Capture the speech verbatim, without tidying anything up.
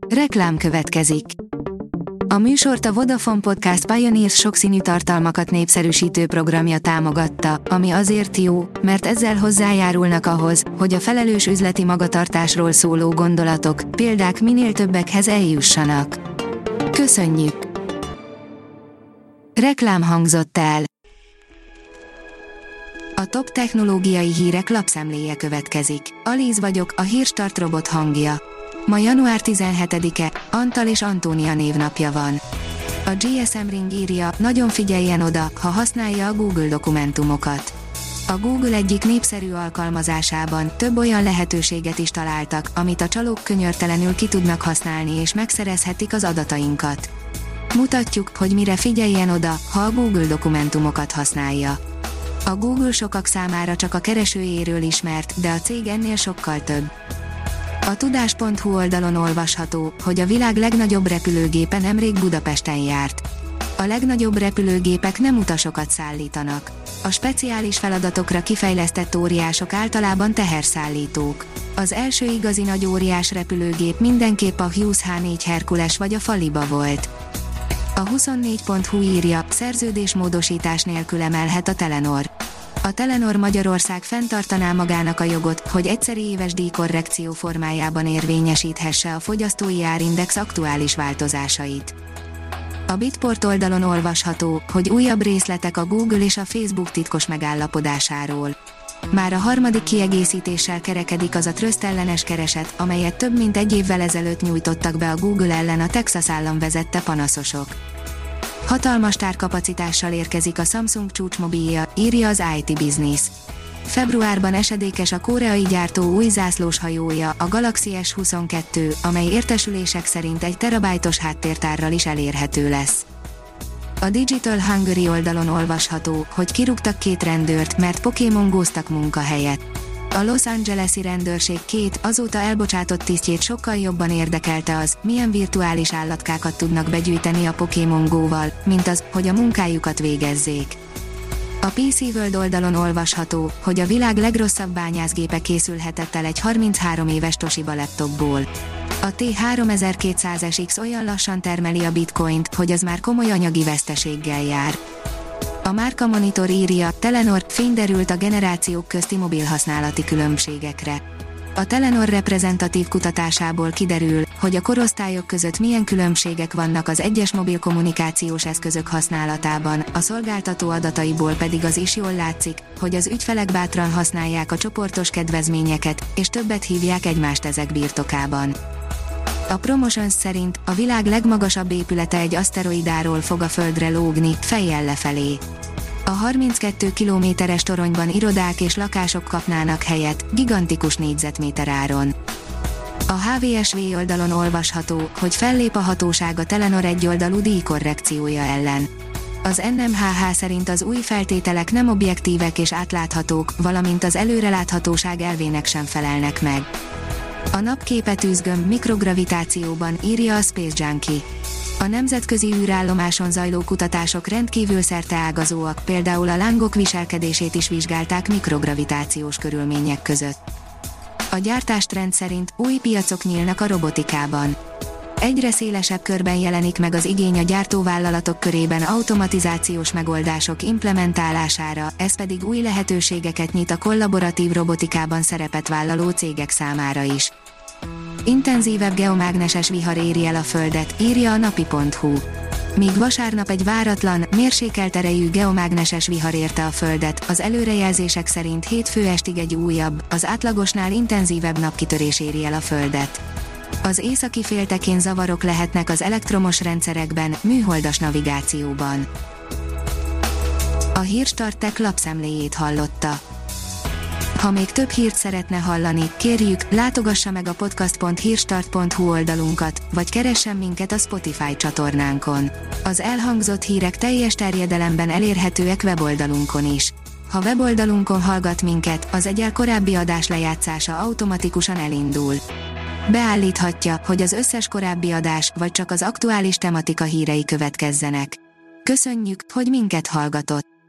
Reklám következik. A műsort a Vodafone Podcast Pioneers sokszínű tartalmakat népszerűsítő programja támogatta, ami azért jó, mert ezzel hozzájárulnak ahhoz, hogy a felelős üzleti magatartásról szóló gondolatok, példák minél többekhez eljussanak. Köszönjük! Reklám hangzott el. A top technológiai hírek lapszemléje következik. Alíz vagyok, a Hírstart robot hangja. Ma január tizenhetedike, Antal és Antónia névnapja van. A gé es em Ring írja, nagyon figyeljen oda, ha használja a Google dokumentumokat. A Google egyik népszerű alkalmazásában több olyan lehetőséget is találtak, amit a csalók könyörtelenül ki tudnak használni és megszerezhetik az adatainkat. Mutatjuk, hogy mire figyeljen oda, ha a Google dokumentumokat használja. A Google sokak számára csak a keresőjéről ismert, de a cég ennél sokkal több. A tudás pont hu oldalon olvasható, hogy a világ legnagyobb repülőgépe nemrég Budapesten járt. A legnagyobb repülőgépek nem utasokat szállítanak. A speciális feladatokra kifejlesztett óriások általában teherszállítók. Az első igazi nagy óriás repülőgép mindenképp a Hughes há négy Hercules vagy a Faliba volt. A huszonnégy pont hu írja, szerződésmódosítás nélkül emelhet a Telenor. A Telenor Magyarország fenntartaná magának a jogot, hogy egyszeri éves díjkorrekció formájában érvényesíthesse a fogyasztói árindex aktuális változásait. A Bitport oldalon olvasható, hogy újabb részletek a Google és a Facebook titkos megállapodásáról. Már a harmadik kiegészítéssel kerekedik az a trösztellenes kereset, amelyet több mint egy évvel ezelőtt nyújtottak be a Google ellen a Texas állam vezette panaszosok. Hatalmas tárkapacitással érkezik a Samsung csúcsmobilja, írja az i té Business. Februárban esedékes a koreai gyártó új zászlós hajója, a Galaxy es huszonkettő, amely értesülések szerint egy terabájtos háttértárral is elérhető lesz. A Digital Hungary oldalon olvasható, hogy kirúgtak két rendőrt, mert Pokémon góztak munkahelyet. A Los Angeles-i rendőrség két, azóta elbocsátott tisztjét sokkal jobban érdekelte az, milyen virtuális állatkákat tudnak begyűjteni a Pokémon Go-val, mint az, hogy a munkájukat végezzék. A pé cé World oldalon olvasható, hogy a világ legrosszabb bányászgépe készülhetett el egy harminchárom éves Toshiba laptopból. A T háromezer-kétszáz es iksz olyan lassan termeli a bitcoint, hogy az már komoly anyagi veszteséggel jár. A Márka Monitor írja, Telenor, fény derült a generációk közti mobilhasználati különbségekre. A Telenor reprezentatív kutatásából kiderül, hogy a korosztályok között milyen különbségek vannak az egyes mobil kommunikációs eszközök használatában, a szolgáltató adataiból pedig az is jól látszik, hogy az ügyfelek bátran használják a csoportos kedvezményeket, és többet hívják egymást ezek birtokában. A Promotions szerint a világ legmagasabb épülete egy aszteroidáról fog a Földre lógni, fejjel lefelé. A harminckét kilométeres toronyban irodák és lakások kapnának helyet, gigantikus négyzetméter áron. A há vé es vé oldalon olvasható, hogy fellép a hatóság a Telenor egyoldalú díjkorrekciója ellen. Az en em há há szerint az új feltételek nem objektívek és átláthatók, valamint az előreláthatóság elvének sem felelnek meg. A napképet űzgömb mikrogravitációban, írja a Space Junkie. A nemzetközi űrállomáson zajló kutatások rendkívül szerteágazóak, például a lángok viselkedését is vizsgálták mikrogravitációs körülmények között. A gyártástrend szerint új piacok nyílnak a robotikában. Egyre szélesebb körben jelenik meg az igény a gyártóvállalatok körében automatizációs megoldások implementálására, ez pedig új lehetőségeket nyit a kollaboratív robotikában szerepet vállaló cégek számára is. Intenzívebb geomágneses vihar éri el a Földet, írja a napi pont hu. Míg vasárnap egy váratlan, mérsékelt erejű geomágneses vihar érte a Földet, az előrejelzések szerint hétfő estig egy újabb, az átlagosnál intenzívebb napkitörés éri el a Földet. Az északi féltekén zavarok lehetnek az elektromos rendszerekben, műholdas navigációban. A Hírstart Tech lapszemléjét hallotta. Ha még több hírt szeretne hallani, kérjük, látogassa meg a podcast pont hírstart pont hu oldalunkat, vagy keressen minket a Spotify csatornánkon. Az elhangzott hírek teljes terjedelemben elérhetőek weboldalunkon is. Ha weboldalunkon hallgat minket, az egyel korábbi adás lejátszása automatikusan elindul. Beállíthatja, hogy az összes korábbi adás, vagy csak az aktuális tematika hírei következzenek. Köszönjük, hogy minket hallgatott!